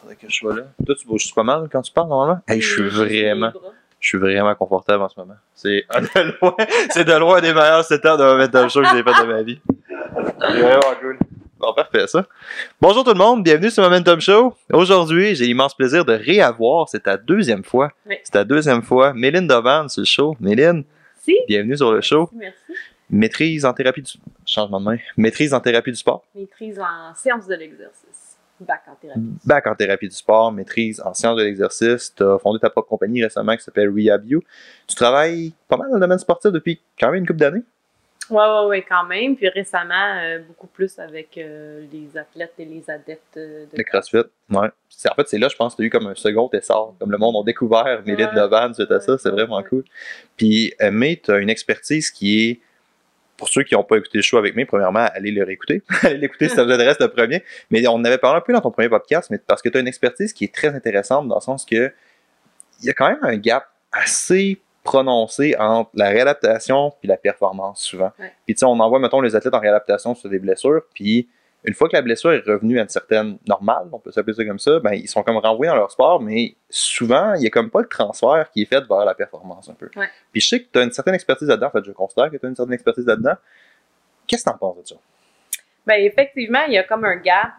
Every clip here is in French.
faudrait que je sois là. Toi, tu bouges pas mal quand tu parles normalement? Hey, je suis vraiment confortable en ce moment. C'est de loin des meilleurs 7 heures de Momentum Show que j'ai fait de ma vie. C'est vraiment cool. Bon, parfait, ça. Bonjour tout le monde, bienvenue sur Momentum Show. Aujourd'hui, j'ai l'immense plaisir de réavoir, c'est ta deuxième fois. Oui. C'est ta deuxième fois. Méline Dovan sur le show. Méline, bienvenue sur le show. Merci. Maîtrise en thérapie du... Changement de main. Maîtrise en thérapie du sport. Maîtrise en sciences de l'exercice. Bac en thérapie. Bac en thérapie du sport, maîtrise en sciences de l'exercice. Tu as fondé ta propre compagnie récemment qui s'appelle RehabU. Tu travailles pas mal dans le domaine sportif depuis quand même une couple d'années. Oui, quand même. Puis récemment, beaucoup plus avec les athlètes et les adeptes de CrossFit. Ouais. En fait, c'est là, je pense, que tu as eu comme un second essor. Comme le monde a découvert Méline Dovan suite à ça. C'est vraiment cool. Puis, mais tu as une expertise qui est, pour ceux qui n'ont pas écouté le show avec moi, premièrement, allez le réécouter. Allez l'écouter si ça vous intéresse le premier. Mais on avait parlé un peu dans ton premier podcast, mais parce que tu as une expertise qui est très intéressante dans le sens que il y a quand même un gap assez prononcé entre la réadaptation puis la performance souvent. Ouais. Puis tu sais, on envoie, mettons, les athlètes en réadaptation sur des blessures, puis une fois que la blessure est revenue à une certaine normale, on peut s'appeler ça comme ça, ben ils sont comme renvoyés dans leur sport, mais souvent, il n'y a comme pas le transfert qui est fait vers la performance un peu. Ouais. Puis je sais que tu as une certaine expertise là-dedans, en fait, je considère que tu as une certaine expertise là-dedans. Qu'est-ce que tu en penses de ça? Ben effectivement, il y a comme un gap.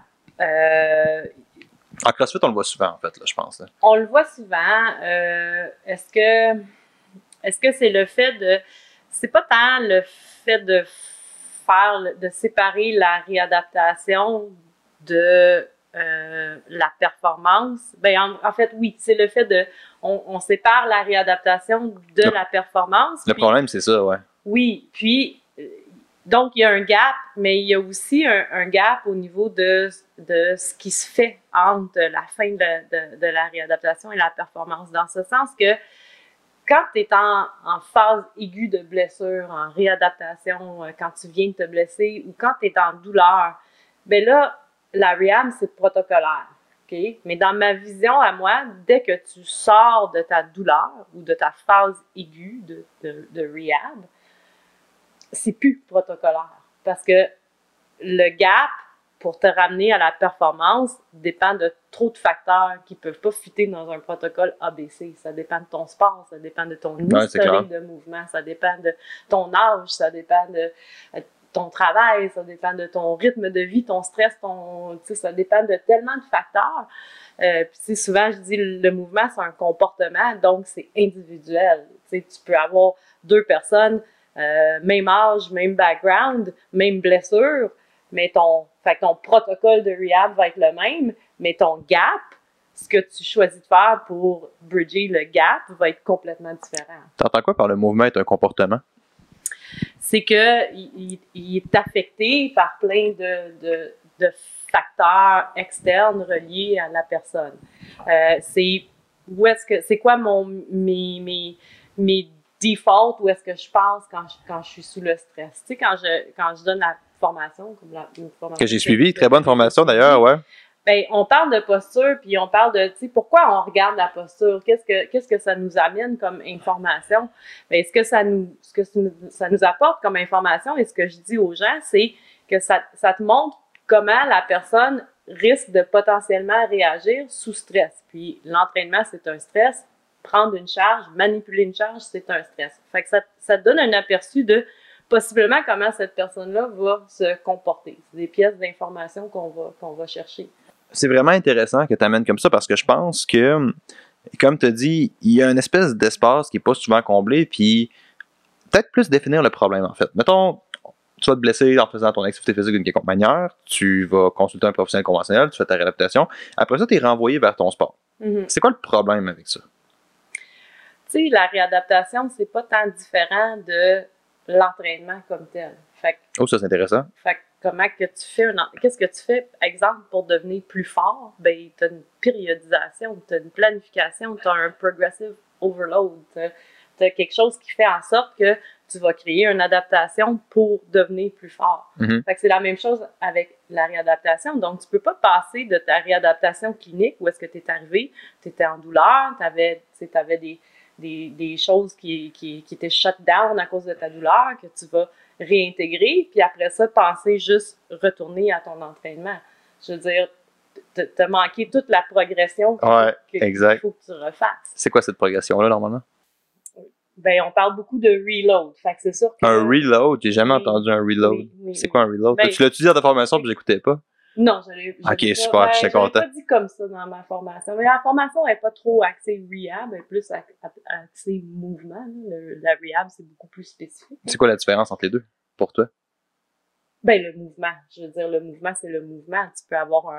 En CrossFit, on le voit souvent, en fait, là, je pense. Là. On le voit souvent. Est-ce que c'est le fait de... C'est pas tant le fait de séparer la réadaptation de la performance. Ben, en fait, oui, c'est le fait de... On sépare la réadaptation de la performance. Le problème, c'est ça, ouais. Oui, puis... Donc, il y a un gap, mais il y a aussi un gap au niveau de ce qui se fait entre la fin de la réadaptation et la performance, dans ce sens que quand tu es en phase aiguë de blessure, en réadaptation, quand tu viens de te blesser ou quand tu es en douleur, bien là, la rehab, c'est protocolaire. Okay? Mais dans ma vision à moi, dès que tu sors de ta douleur ou de ta phase aiguë de rehab, c'est plus protocolaire. Parce que le gap pour te ramener à la performance dépend de trop de facteurs qui ne peuvent pas fitter dans un protocole ABC. Ça dépend de ton sport, ça dépend de ton historique de mouvement, ça dépend de ton âge, ça dépend de ton travail, ça dépend de ton rythme de vie, ton stress, ça dépend de tellement de facteurs. Puis souvent, je dis le mouvement, c'est un comportement, donc c'est individuel. Tu peux avoir deux personnes même âge, même background, même blessure, mais ton protocole de rehab va être le même, mais ton gap, ce que tu choisis de faire pour bridger le gap, va être complètement différent. Tu entends quoi par le mouvement est un comportement? C'est qu'il est affecté par plein de facteurs externes reliés à la personne. C'est quoi mes default, où est-ce que je pense quand je suis sous le stress. Tu sais, quand je donne la formation, comme une formation que j'ai suivi, très bonne formation d'ailleurs, ouais. Ben, on parle de posture, puis on parle de, tu sais, pourquoi on regarde la posture? Qu'est-ce que ça nous amène comme information? Ben, ce que ça nous apporte comme information, et ce que je dis aux gens, c'est que ça te montre comment la personne risque de potentiellement réagir sous stress. Puis l'entraînement, c'est un stress. Prendre une charge, manipuler une charge, c'est un stress. Fait que ça te donne un aperçu de possiblement comment cette personne-là va se comporter. C'est des pièces d'information qu'on va chercher. C'est vraiment intéressant que tu amènes comme ça parce que je pense que, comme tu as dit, il y a une espèce d'espace qui n'est pas souvent comblé, puis peut-être plus définir le problème en fait. Mettons, tu vas te blesser en faisant ton activité physique d'une quelconque manière, tu vas consulter un professionnel conventionnel, tu fais ta réadaptation. Après ça, tu es renvoyé vers ton sport. Mm-hmm. C'est quoi le problème avec ça? Tu sais, la réadaptation, c'est pas tant différent de l'entraînement comme tel. Fait que, oh, ça, c'est intéressant. Fait que comment que tu fais qu'est-ce que tu fais, par exemple, pour devenir plus fort? Ben, tu as une périodisation, tu as une planification, tu as un progressive overload. Tu as quelque chose qui fait en sorte que tu vas créer une adaptation pour devenir plus fort. Mm-hmm. Fait que c'est la même chose avec la réadaptation. Donc, tu peux pas passer de ta réadaptation clinique où est-ce que tu es arrivé, tu étais en douleur, tu avais des choses qui étaient shut down à cause de ta douleur, que tu vas réintégrer, puis après ça, penser juste retourner à ton entraînement. Je veux dire, t'as manqué toute la progression qu'il faut que tu refasses. C'est quoi cette progression-là, normalement? Ben, on parle beaucoup de reload. Fait que c'est sûr que... Un reload? J'ai jamais entendu un reload. C'est quoi un reload? Ben, tu l'as-tu dit dans ta formation puis j'écoutais pas? Non, je l'ai Ok, super, j'étais content. Je l'ai pas dit comme ça dans ma formation. Mais la formation n'est pas trop axée rehab, elle est plus axée mouvement. La rehab, c'est beaucoup plus spécifique. C'est quoi la différence entre les deux, pour toi? Ben, le mouvement. Je veux dire, le mouvement, c'est le mouvement. Tu peux avoir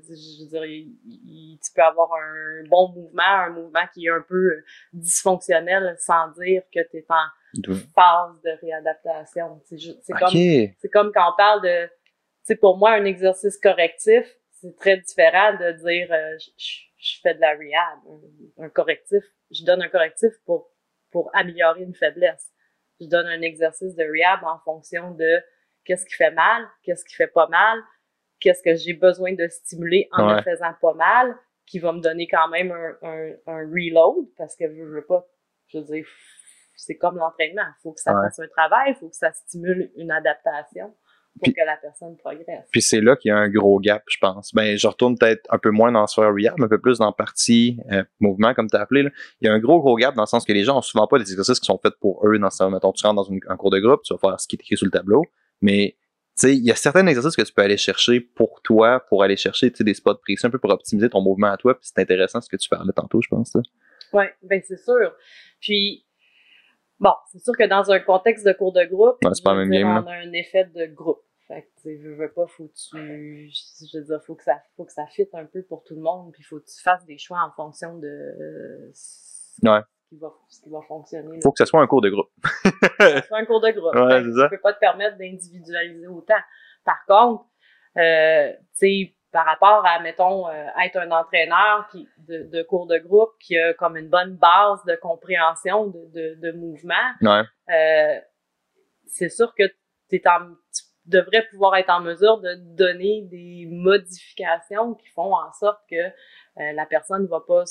tu peux avoir un bon mouvement, un mouvement qui est un peu dysfonctionnel sans dire que tu es en phase de réadaptation. C'est comme quand on parle de, tu sais, pour moi, un exercice correctif, c'est très différent de dire, je fais de la rehab. Un correctif, je donne un correctif pour améliorer une faiblesse. Je donne un exercice de rehab en fonction de qu'est-ce qui fait mal, qu'est-ce qui fait pas mal, qu'est-ce que j'ai besoin de stimuler en ne faisant pas mal, qui va me donner quand même un reload, parce que je veux pas, je veux dire, c'est comme l'entraînement. Il faut que ça fasse un travail, il faut que ça stimule une adaptation pour que la personne progresse. Puis c'est là qu'il y a un gros gap, je pense. Ben, je retourne peut-être un peu moins dans la sphère rehab, un peu plus dans la partie mouvement, comme tu as appelé. Là. Il y a un gros gap dans le sens que les gens ont souvent pas des exercices qui sont faits pour eux. Dans ce, mettons, tu rentres dans un cours de groupe, tu vas faire ce qui est écrit sur le tableau. Mais tu sais, il y a certains exercices que tu peux aller chercher pour toi, pour aller chercher des spots précis, un peu pour optimiser ton mouvement à toi. Puis c'est intéressant ce que tu parlais tantôt, je pense. Oui, ben c'est sûr. Puis bon, c'est sûr que dans un contexte de cours de groupe, on a un effet de groupe. Fait que tu veux pas, faut que ça fitte un peu pour tout le monde, puis faut que tu fasses des choix en fonction de ce qui va fonctionner. Faut que ça soit un cours de groupe. Faut que ça soit un cours de groupe. Ouais, tu peux pas te permettre d'individualiser autant. Par contre, tu sais, par rapport à, mettons, être un entraîneur de cours de groupe qui a comme une bonne base de compréhension de mouvement, c'est sûr que tu devrais pouvoir être en mesure de donner des modifications qui font en sorte que la personne ne va pas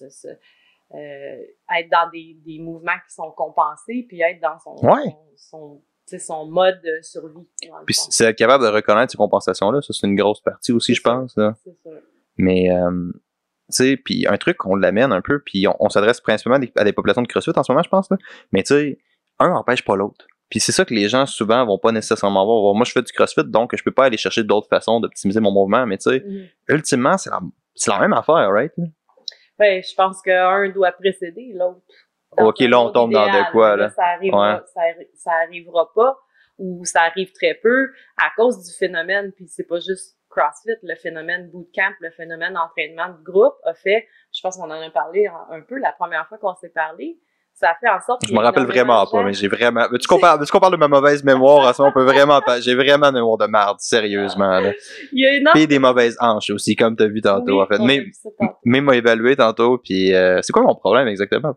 être dans des mouvements qui sont compensés, puis être dans son mode de survie. Puis c'est être capable de reconnaître ces compensations-là, ça c'est une grosse partie aussi, je pense. Là. C'est sûr. Mais, tu sais, puis un truc, on l'amène un peu, puis on s'adresse principalement à des populations de CrossFit en ce moment, je pense. Là. Mais tu sais, un n'empêche pas l'autre. Puis c'est ça que les gens souvent vont pas nécessairement voir. Moi, je fais du CrossFit, donc je peux pas aller chercher d'autres façons d'optimiser mon mouvement. Mais tu sais, ultimement, c'est la même affaire, right? Ben, je pense qu'un doit précéder l'autre. Ok, là, on tombe dans de quoi, là? Ça arrivera pas, ou ça arrive très peu, à cause du phénomène, puis c'est pas juste CrossFit, le phénomène bootcamp, le phénomène entraînement de groupe a fait, je pense qu'on en a parlé un peu la première fois qu'on s'est parlé, ça a fait en sorte que... Je me rappelle vraiment pas, mais j'ai vraiment... Veux-tu qu'on parle de ma mauvaise mémoire? À ce moment, on peut vraiment pas... J'ai vraiment une mémoire de merde, sérieusement, là. Il y a énormément... Puis des mauvaises hanches aussi, comme t'as vu tantôt, en fait. Mais m'a évalué tantôt, puis c'est quoi mon problème exactement?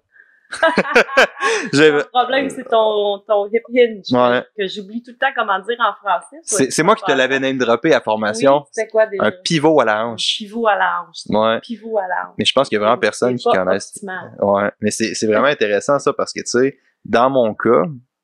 Le problème, c'est ton hip hinge, que j'oublie tout le temps comment dire en français. C'est moi qui te l'avais name droppé à formation. Oui, c'est quoi déjà? Un pivot à la hanche. Pivot à la hanche. Ouais. Pivot à la hanche. Mais je pense qu'il y a vraiment personne qui connaisse. Optimal. Ouais. Mais c'est vraiment intéressant ça parce que, tu sais, dans mon cas,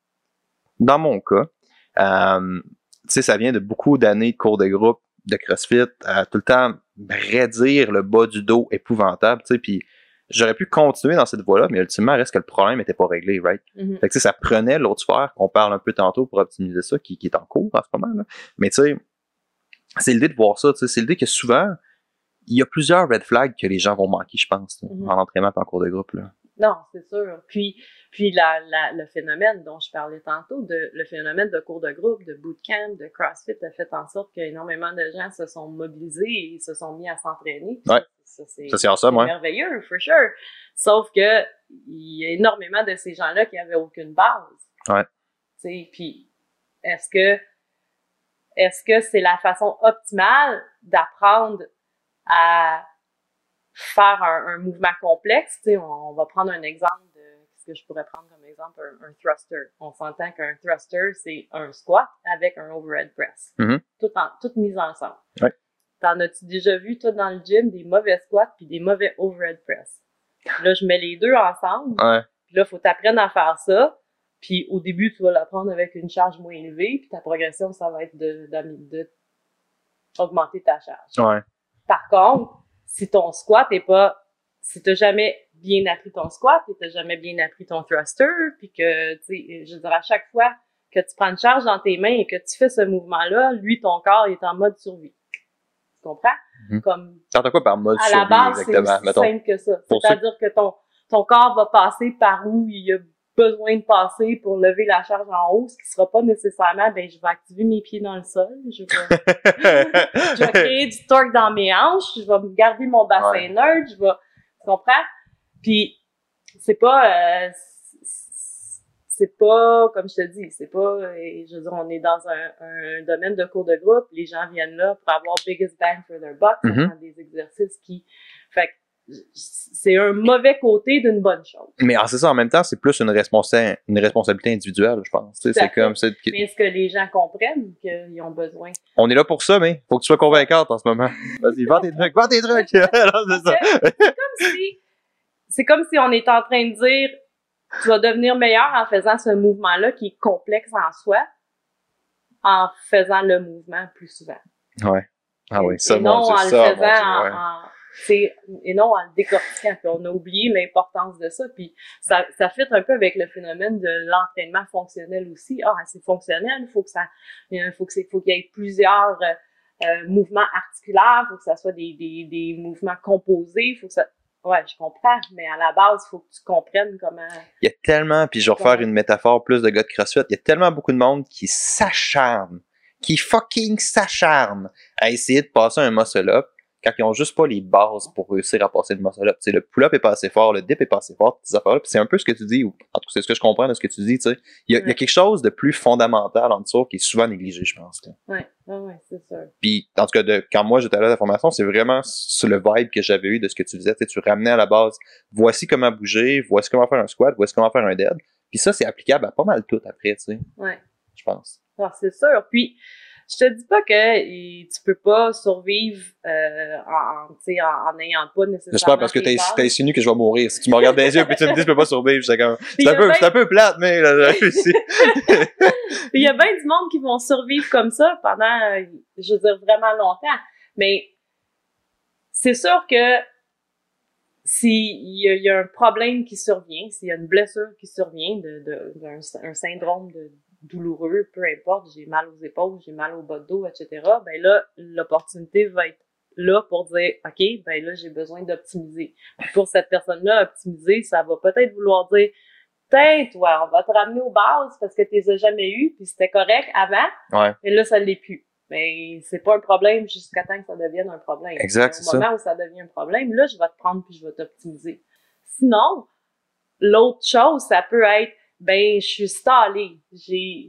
tu sais, ça vient de beaucoup d'années de cours de groupe, de CrossFit, tout le temps raidir le bas du dos épouvantable, tu sais, puis j'aurais pu continuer dans cette voie-là, mais ultimement, reste que le problème n'était pas réglé, right? Mm-hmm. Fait que, tu sais, ça prenait l'autre sphère qu'on parle un peu tantôt pour optimiser ça, qui est en cours en ce moment, là. Mais tu sais, c'est l'idée de voir ça, tu sais, c'est l'idée que souvent, il y a plusieurs red flags que les gens vont manquer, je pense, en entraînement et en cours de groupe, là. Non, c'est sûr. Puis le phénomène dont je parlais tantôt, le phénomène de cours de groupe, de bootcamp, de CrossFit a fait en sorte qu'énormément de gens se sont mobilisés et se sont mis à s'entraîner. Ouais. C'est merveilleux, for sure. Sauf que il y a énormément de ces gens-là qui n'avaient aucune base. Ouais. Tu sais, puis est-ce que c'est la façon optimale d'apprendre à faire un mouvement complexe? Tu sais, on va prendre un exemple de ce que je pourrais prendre comme exemple, un thruster. On s'entend qu'un thruster, c'est un squat avec un overhead press. Mm-hmm. Toutes mises ensemble. Ouais. T'en as-tu déjà vu, toi, dans le gym, des mauvais squats puis des mauvais overhead press? Là, je mets les deux ensemble. Ouais. Puis là, faut t'apprendre à faire ça. Puis au début, tu vas l'apprendre avec une charge moins élevée. Puis ta progression, ça va être de augmenter ta charge. Ouais. Par contre, si ton squat est pas, si t'as jamais bien appris ton squat, et t'as jamais bien appris ton thruster, puis que, tu sais, je veux dire, à chaque fois que tu prends une charge dans tes mains et que tu fais ce mouvement-là, lui, ton corps est en mode survie. Tu comprends? Comme, t'entends quoi par mode à survie, la base, c'est exactement? aussi simple que ça. C'est-à-dire que ton corps va passer par où il a besoin de passer pour lever la charge en haut, ce qui sera pas nécessairement, ben, je vais activer mes pieds dans le sol, je vais créer du torque dans mes hanches, je vais garder mon bassin neutre, tu comprends? Puis, c'est pas, comme je te dis, c'est pas, je veux dire, on est dans un domaine de cours de groupe, les gens viennent là pour avoir biggest bang for their buck, dans des exercices fait que, c'est un mauvais côté d'une bonne chose. Mais c'est ça, en même temps, c'est plus une responsabilité individuelle, je pense. C'est comme ça. Mais est-ce que les gens comprennent qu'ils ont besoin? On est là pour ça, mais faut que tu sois convaincante en ce moment. Vas-y, vends tes trucs! C'est ça. C'est comme si on était en train de dire, tu vas devenir meilleur en faisant ce mouvement-là qui est complexe en soi, en faisant le mouvement plus souvent. Ouais. Ah oui, ça, et non en le faisant et non en le décortiquant. Puis on a oublié l'importance de ça. Puis ça fit un peu avec le phénomène de l'entraînement fonctionnel aussi. C'est fonctionnel, il faut qu'il y ait plusieurs mouvements articulaires, il faut que ça soit des mouvements composés, faut que ça. Ouais, je comprends, mais à la base, il faut que tu comprennes comment. Il y a tellement, puis je vais refaire une métaphore plus de gars de CrossFit, il y a tellement beaucoup de monde qui s'acharne, qui fucking s'acharne à essayer de passer un muscle-up quand ils ont juste pas les bases pour réussir à passer le muscle-up. Le pull-up est pas assez fort, le dip est pas assez fort, ces affaires-là. Puis c'est un peu ce que tu dis, ou en tout cas, c'est ce que je comprends de ce que tu dis, tu sais. Il y a quelque chose de plus fondamental en dessous qui est souvent négligé, je pense. Ouais, c'est sûr. Puis, en tout cas, quand moi j'étais allé à la formation, c'est vraiment sur le vibe que j'avais eu de ce que tu disais. Tu ramenais à la base, voici comment bouger, voici comment faire un squat, voici comment faire un dead. Puis ça, c'est applicable à pas mal tout après, tu sais. Ouais. Je pense. Alors, c'est sûr. Puis, je te dis pas que tu peux pas survivre en n'ayant pas nécessairement. J'espère parce que t'as insinué que je vais mourir. Si tu me regardes dans les yeux et tu me dis je peux pas survivre, c'est un peu plate, mais là, j'ai réussi. Il y a bien du monde qui vont survivre comme ça pendant, je veux dire, vraiment longtemps. Mais c'est sûr que s'il y a un problème qui survient, s'il y a une blessure qui survient d'un syndrome douloureux, peu importe, j'ai mal aux épaules, j'ai mal au bas de dos, etc., ben là, l'opportunité va être là pour dire, OK, ben là, j'ai besoin d'optimiser. Pour cette personne-là, optimiser, ça va peut-être vouloir dire, peut-être, ouais, on va te ramener aux bases parce que tu les as jamais eues, puis c'était correct avant, mais là, ça l'est plus. Mais c'est pas un problème jusqu'à temps que ça devienne un problème. Exact, c'est ça. Au moment où ça devient un problème, là, je vais te prendre puis je vais t'optimiser. Sinon, l'autre chose, ça peut être, ben, je suis stallée. J'ai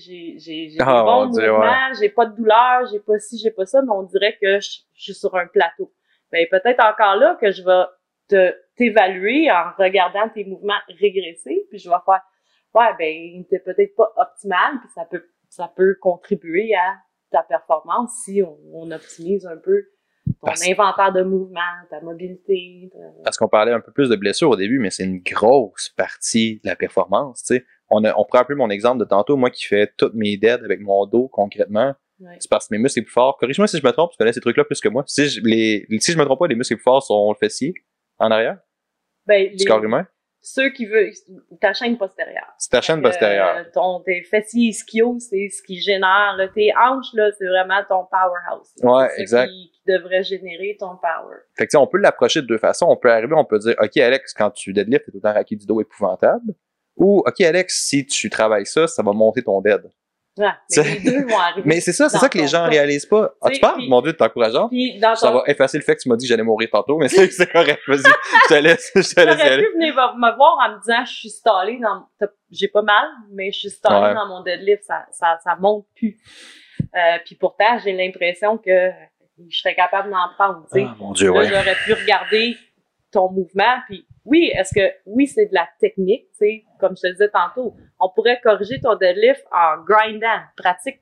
des bons mouvements, j'ai pas de douleur, j'ai pas ci, j'ai pas ça, mais on dirait que je suis sur un plateau. Ben, peut-être encore là que je vais t'évaluer en regardant tes mouvements régresser, puis je vais faire, ouais, ben, t'es peut-être pas optimal, puis ça peut contribuer à ta performance si on optimise un peu ton inventaire de mouvement, ta mobilité. Parce qu'on parlait un peu plus de blessures au début, mais c'est une grosse partie de la performance, tu sais. On prend un peu mon exemple de tantôt, moi qui fais toutes mes deads avec mon dos concrètement. Ouais. C'est parce que mes muscles sont plus forts. Corrige-moi si je me trompe, tu connais ces trucs-là plus que moi. Si je me trompe pas, les muscles les plus forts sont le fessier, en arrière. Ben, du corps humain. Ceux qui veulent, ta chaîne postérieure. C'est ta chaîne postérieure. Tes fessiers ischio, c'est ce qui génère, là, tes hanches, là, c'est vraiment ton powerhouse. Ouais, exact. Qui devrait générer ton power. Fait que, on peut l'approcher de deux façons. On peut arriver, on peut dire, OK, Alex, quand tu deadlift, t'es tout le temps raqué du dos épouvantable. Ou, OK, Alex, si tu travailles ça, ça va monter ton dead. Ouais, mais les deux vont arriver. Mais c'est ça que les gens réalisent pas. Ah, tu parles? Mon Dieu, t'es encourageant. Ça va effacer le fait que tu m'as dit que j'allais mourir tantôt, mais c'est correct. Vas-y, je te laisse y aller. T'aurais pu venir me voir en me disant, je suis stallée j'ai pas mal, mais je suis stallée dans mon deadlift, ça monte plus. Puis pourtant, j'ai l'impression que je serais capable d'en prendre, tu sais. Oh, mon Dieu, là, j'aurais pu regarder ton mouvement, puis oui, c'est de la technique, tu sais, comme je te disais tantôt. On pourrait corriger ton deadlift en grindant. Pratique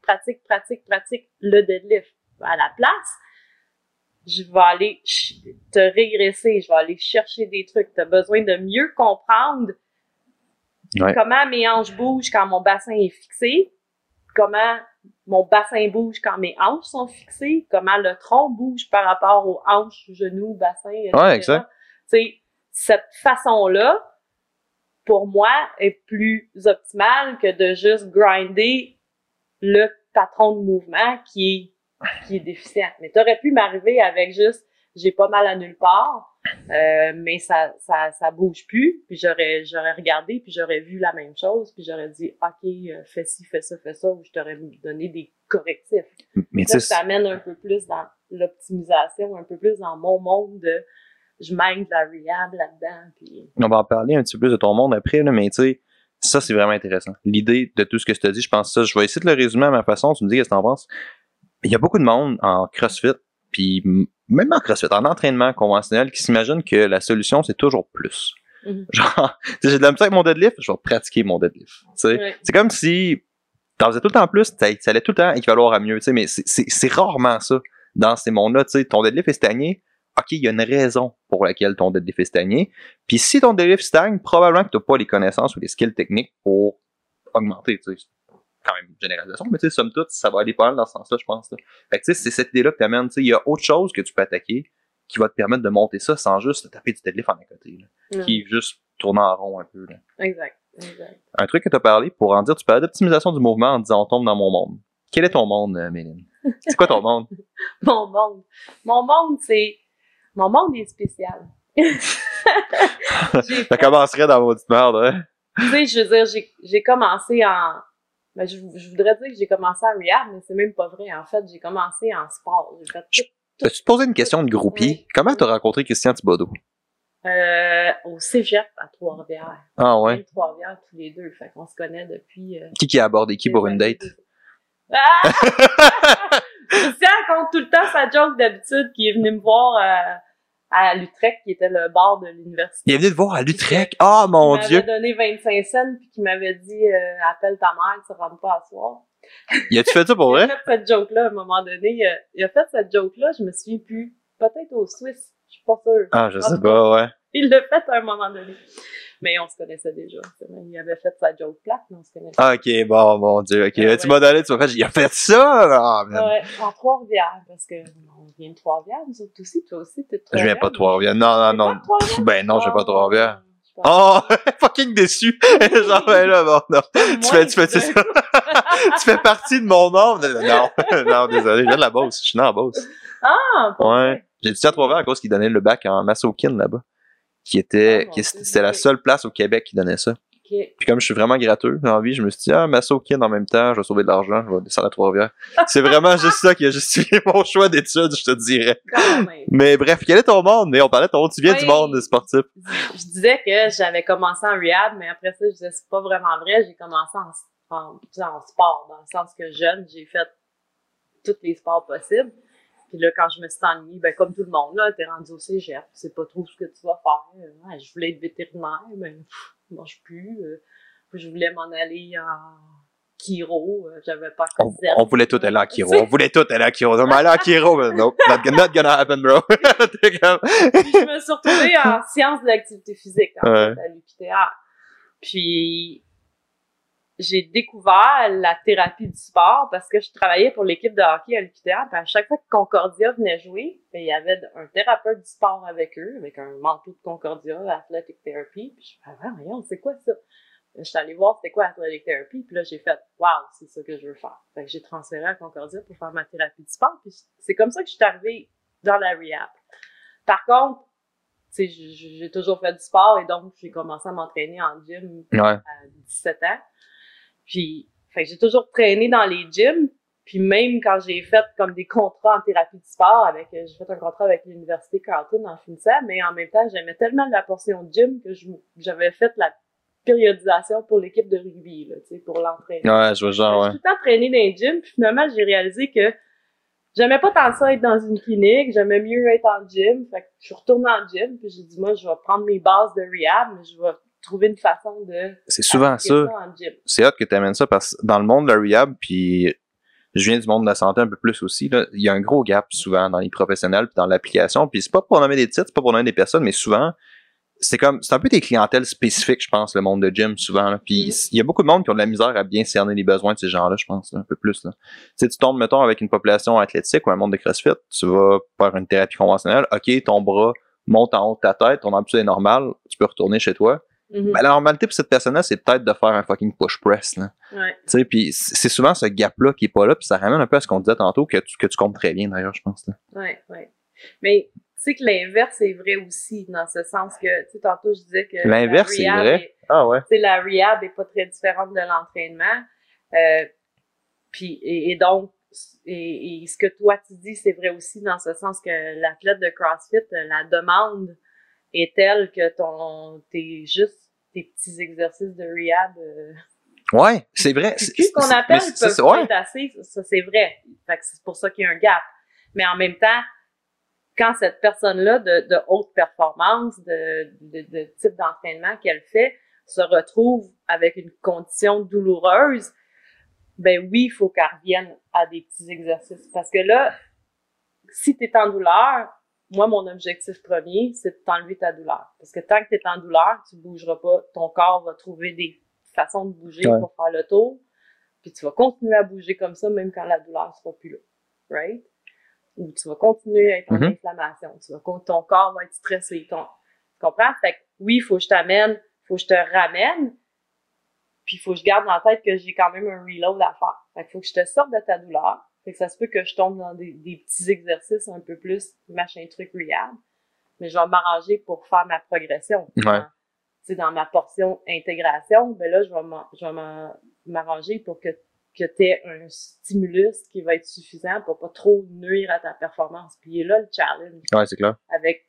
le deadlift. À la place, je vais aller te régresser, je vais aller chercher des trucs. Tu as besoin de mieux comprendre comment mes hanches bougent quand mon bassin est fixé. comment mon bassin bouge quand mes hanches sont fixées, comment le tronc bouge par rapport aux hanches, genoux, bassin, etc. Ouais, exact. Tu sais, cette façon-là, pour moi, est plus optimale que de juste grinder le patron de mouvement qui est déficient. Mais t'aurais pu m'arriver avec juste, j'ai pas mal à nulle part, mais ça bouge plus, puis j'aurais regardé, puis j'aurais vu la même chose, puis j'aurais dit, OK, fais ci, fais ça, ou je t'aurais donné des correctifs. Mais ça t'amène un peu plus dans l'optimisation, un peu plus dans mon monde de je mène de la rehab là-dedans. Puis... On va en parler un petit peu plus de ton monde après, là, mais tu sais, ça, c'est vraiment intéressant. L'idée de tout ce que tu as dit, je pense ça, je vais essayer de le résumer à ma façon, tu me dis qu'est-ce que t'en penses. Il y a beaucoup de monde en CrossFit, puis même en CrossFit, en entraînement conventionnel, qui s'imaginent que la solution, c'est toujours plus. Mm-hmm. Genre, j'ai de la misère avec mon deadlift, je vais pratiquer mon deadlift. Ouais. C'est comme si t'en faisais tout le temps plus, ça allait tout le temps équivaloir à mieux, mais c'est rarement ça dans ces mondes-là. Ton deadlift est stagné, OK, il y a une raison pour laquelle ton deadlift est stagné. Puis si ton deadlift stagne, probablement que tu n'as pas les connaissances ou les skills techniques pour augmenter. C'est quand même une généralisation, mais somme toute, ça va aller pas mal dans ce sens-là, je pense. Là. Fait que c'est cette idée-là que tu amènes. Il y a autre chose que tu peux attaquer qui va te permettre de monter ça sans juste taper du deadlift en à côté. Là, qui est juste tourner en rond un peu. Là. Exact. Un truc que tu as parlé, pour en dire, tu parlais d'optimisation du mouvement en disant on tombe dans mon monde. Quel est ton monde, Méline? C'est quoi ton monde? Mon monde est spécial. Ça commencerait dans votre merde, hein? Tu sais, je veux dire, j'ai commencé en... Ben, je voudrais dire que j'ai commencé en rehab, mais c'est même pas vrai. En fait, j'ai commencé en sport. J'ai fait tout. Peux-tu te poser une question de groupie? Oui. Comment t'as rencontré Christian Thibodeau? Au cégep à Trois-Rivières. Ah ouais? Trois-Rivières tous les deux. Fait qu'on se connaît depuis... Qui a abordé qui pour une date? Ah! Christian raconte tout le temps sa joke d'habitude qui est venu me voir à l'Utrecht, qui était le bar de l'université. Il est venu te voir à l'Utrecht? Ah, mon Dieu! Il m'avait donné 25 cents puis qui m'avait dit appelle ta mère, tu rentres pas à soir. Il a-tu fait ça pour vrai? Il a fait cette joke-là à un moment donné. Il a fait cette joke-là, je me souviens plus. Peut-être au Suisse, je suis pas sûre. Ah, je sais pas, ouais. Il l'a fait à un moment donné. Mais on se connaissait déjà. Il avait fait sa joke plate, mais on se connaissait. Ah, ok, bon, mon Dieu, ok. Ouais, tu m'as donné, tu m'as fait, il a fait ça! Ah, ouais, en Trois-Rivières, parce que on vient de Trois-Rivières, nous autres aussi, toi aussi, t'es de Trois-Rivières. Je viens pas de Trois-Rivières. Non. Ben non, je viens pas de Trois-Rivières. Oh, fucking déçu! Genre, ben là, bon, non. Tu fais ça. Tu fais partie de mon nom. Non, désolé, je viens de la Beauce. Je suis né en Beauce. Ah, bon. Ouais. J'ai étudié à Trois-Rivières à cause qu'ils donnaient le bac en Massokin là-bas. C'était la seule place au Québec qui donnait ça. Okay. Puis comme je suis vraiment gratteux dans la vie, je me suis dit, Massokin en même temps, je vais sauver de l'argent, je vais descendre à Trois-Rivières. C'est vraiment juste ça qui a justifié mon choix d'études, je te dirais. Mais bref, quel est ton monde? Mais on parlait de ton monde, tu viens du monde sportif. Je disais que j'avais commencé en rehab, mais après ça, je disais c'est pas vraiment vrai. J'ai commencé en sport, dans le sens que jeune, j'ai fait tous les sports possibles. Puis là, quand je me suis ennuyée, ben comme tout le monde, là, t'es rendu au cégep, tu sais pas trop ce que tu vas faire. Je voulais être vétérinaire, ben je mange plus. Je voulais m'en aller en chiro, j'avais pas on voulait tout aller en chiro. On voulait tout aller en chiro. On allait en chiro, mais nope, not gonna happen, bro. Puis je me suis retrouvée en sciences de l'activité physique, en fait, à l'UQTR. Puis j'ai découvert la thérapie du sport parce que je travaillais pour l'équipe de hockey à l'UQTR. Puis à chaque fois que Concordia venait jouer, il y avait un thérapeute du sport avec eux, avec un manteau de Concordia, Athletic Therapy. Puis je me disais, voyons, c'est quoi ça? Je suis allée voir c'était quoi Athletic Therapy. Puis là, j'ai fait, wow, c'est ça que je veux faire. Fait que j'ai transféré à Concordia pour faire ma thérapie du sport. Puis c'est comme ça que je suis arrivée dans la rehab. Par contre, tu sais, j'ai toujours fait du sport et donc j'ai commencé à m'entraîner en gym à 17 ans. Puis, fait que j'ai toujours traîné dans les gyms. Puis même quand j'ai fait comme des contrats en thérapie du sport j'ai fait un contrat avec l'université Carleton en finissant, mais en même temps, j'aimais tellement la portion de gym que j'avais fait la périodisation pour l'équipe de rugby, là, tu sais, pour l'entraînement. Ouais, je vois genre, ouais. J'ai tout le temps traîné dans les gyms, puis finalement, j'ai réalisé que j'aimais pas tant ça être dans une clinique, j'aimais mieux être en gym. Fait que je suis retournée en gym, puis j'ai dit, moi, je vais prendre mes bases de rehab, mais je vais trouver une façon de... C'est souvent ça. C'est hot que tu amènes ça, parce que dans le monde de la rehab, puis je viens du monde de la santé un peu plus aussi, là, il y a un gros gap souvent dans les professionnels puis dans l'application, puis c'est pas pour nommer des titres, c'est pas pour nommer des personnes, mais souvent, c'est un peu des clientèles spécifiques, je pense, le monde de gym, souvent. Là. Puis il y a beaucoup de monde qui ont de la misère à bien cerner les besoins de ces gens-là, je pense, là, un peu plus. Là. Tu sais, tu tombes, mettons, avec une population athlétique ou un monde de CrossFit, tu vas faire une thérapie conventionnelle, OK, ton bras monte en haut de ta tête, ton amplitude est normale, tu peux retourner chez toi. Ben, la normalité pour cette personne-là, c'est peut-être de faire un fucking push press. Là. Ouais. Tu sais, puis c'est souvent ce gap-là qui est pas là, puis ça ramène un peu à ce qu'on disait tantôt, que tu comptes très bien d'ailleurs, je pense. Là. Ouais. Mais tu sais que l'inverse est vrai aussi, dans ce sens que, tu sais, tantôt je disais que l'inverse, c'est vrai. Ah ouais. Tu sais, la rehab est pas très différente de l'entraînement. Puis, et donc, et ce que toi tu dis, c'est vrai aussi dans ce sens que l'athlète de CrossFit, la demande est telle que tes petits exercices de rehab. Ouais, c'est vrai. Ce qu'on appelle peuvent pas être assez, ça c'est vrai. Fait que c'est pour ça qu'il y a un gap. Mais en même temps, quand cette personne-là de haute performance, de type d'entraînement qu'elle fait, se retrouve avec une condition douloureuse, ben oui, il faut qu'elle revienne à des petits exercices. Parce que là, si tu es en douleur, moi, mon objectif premier, c'est de t'enlever ta douleur. Parce que tant que tu es en douleur, tu bougeras pas. Ton corps va trouver des façons de bouger pour faire le tour. Puis tu vas continuer à bouger comme ça, même quand la douleur sera plus là. Right? Ou tu vas continuer à être en inflammation. Ton corps va être stressé. Tu comprends? Fait que oui, il faut que je t'amène, faut que je te ramène, puis il faut que je garde en tête que j'ai quand même un reload à faire. Fait que faut que je te sorte de ta douleur. Fait que ça se peut que je tombe dans des petits exercices un peu plus machin truc rehab, mais je vais m'arranger pour faire ma progression. Ouais. Dans ma portion intégration, ben là, je vais m'arranger pour que tu aies un stimulus qui va être suffisant pour pas trop nuire à ta performance. Puis il est là le challenge. Ouais, c'est clair. Avec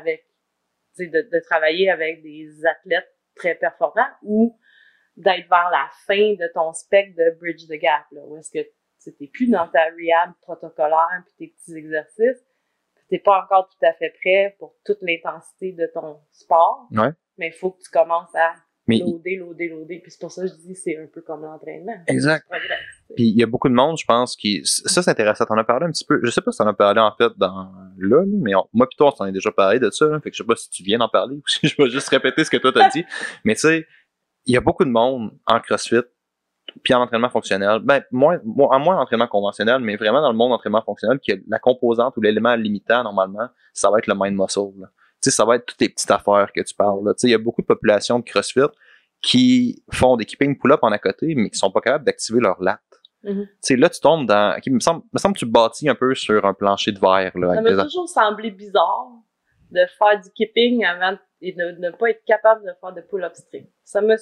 de travailler avec des athlètes très performants ou d'être vers la fin de ton spectre de bridge the gap, là, où est-ce que tu n'es plus dans ta rehab protocolaire puis tes petits exercices, puis tu n'es pas encore tout à fait prêt pour toute l'intensité de ton sport, mais il faut que tu commences à loader. Puis c'est pour ça que je dis c'est un peu comme l'entraînement. Exact. Puis il y a beaucoup de monde, je pense, ça c'est intéressant. T'en as parlé un petit peu. Je sais pas si t'en as parlé en fait mais moi pis toi, on s'en est déjà parlé de ça. Là, fait que je sais pas si tu viens d'en parler ou si je vais juste répéter ce que toi t'as dit. Mais tu sais, il y a beaucoup de monde en CrossFit puis en entraînement fonctionnel. Ben, moins l'entraînement conventionnel, mais vraiment dans le monde d'entraînement fonctionnel, que la composante ou l'élément limitant, normalement, ça va être le mind muscle. Là. Tu sais, ça va être toutes les petites affaires que tu parles. Tu sais, il y a beaucoup de populations de CrossFit qui font des keeping pull-up en à côté, mais qui sont pas capables d'activer leur latte. Tu sais, là, tu tombes dans... Il me semble que tu bâtis un peu sur un plancher de verre. Là, ça m'a toujours semblé bizarre de faire du keeping avant et de ne pas être capable de faire de pull-up string. Ça m'a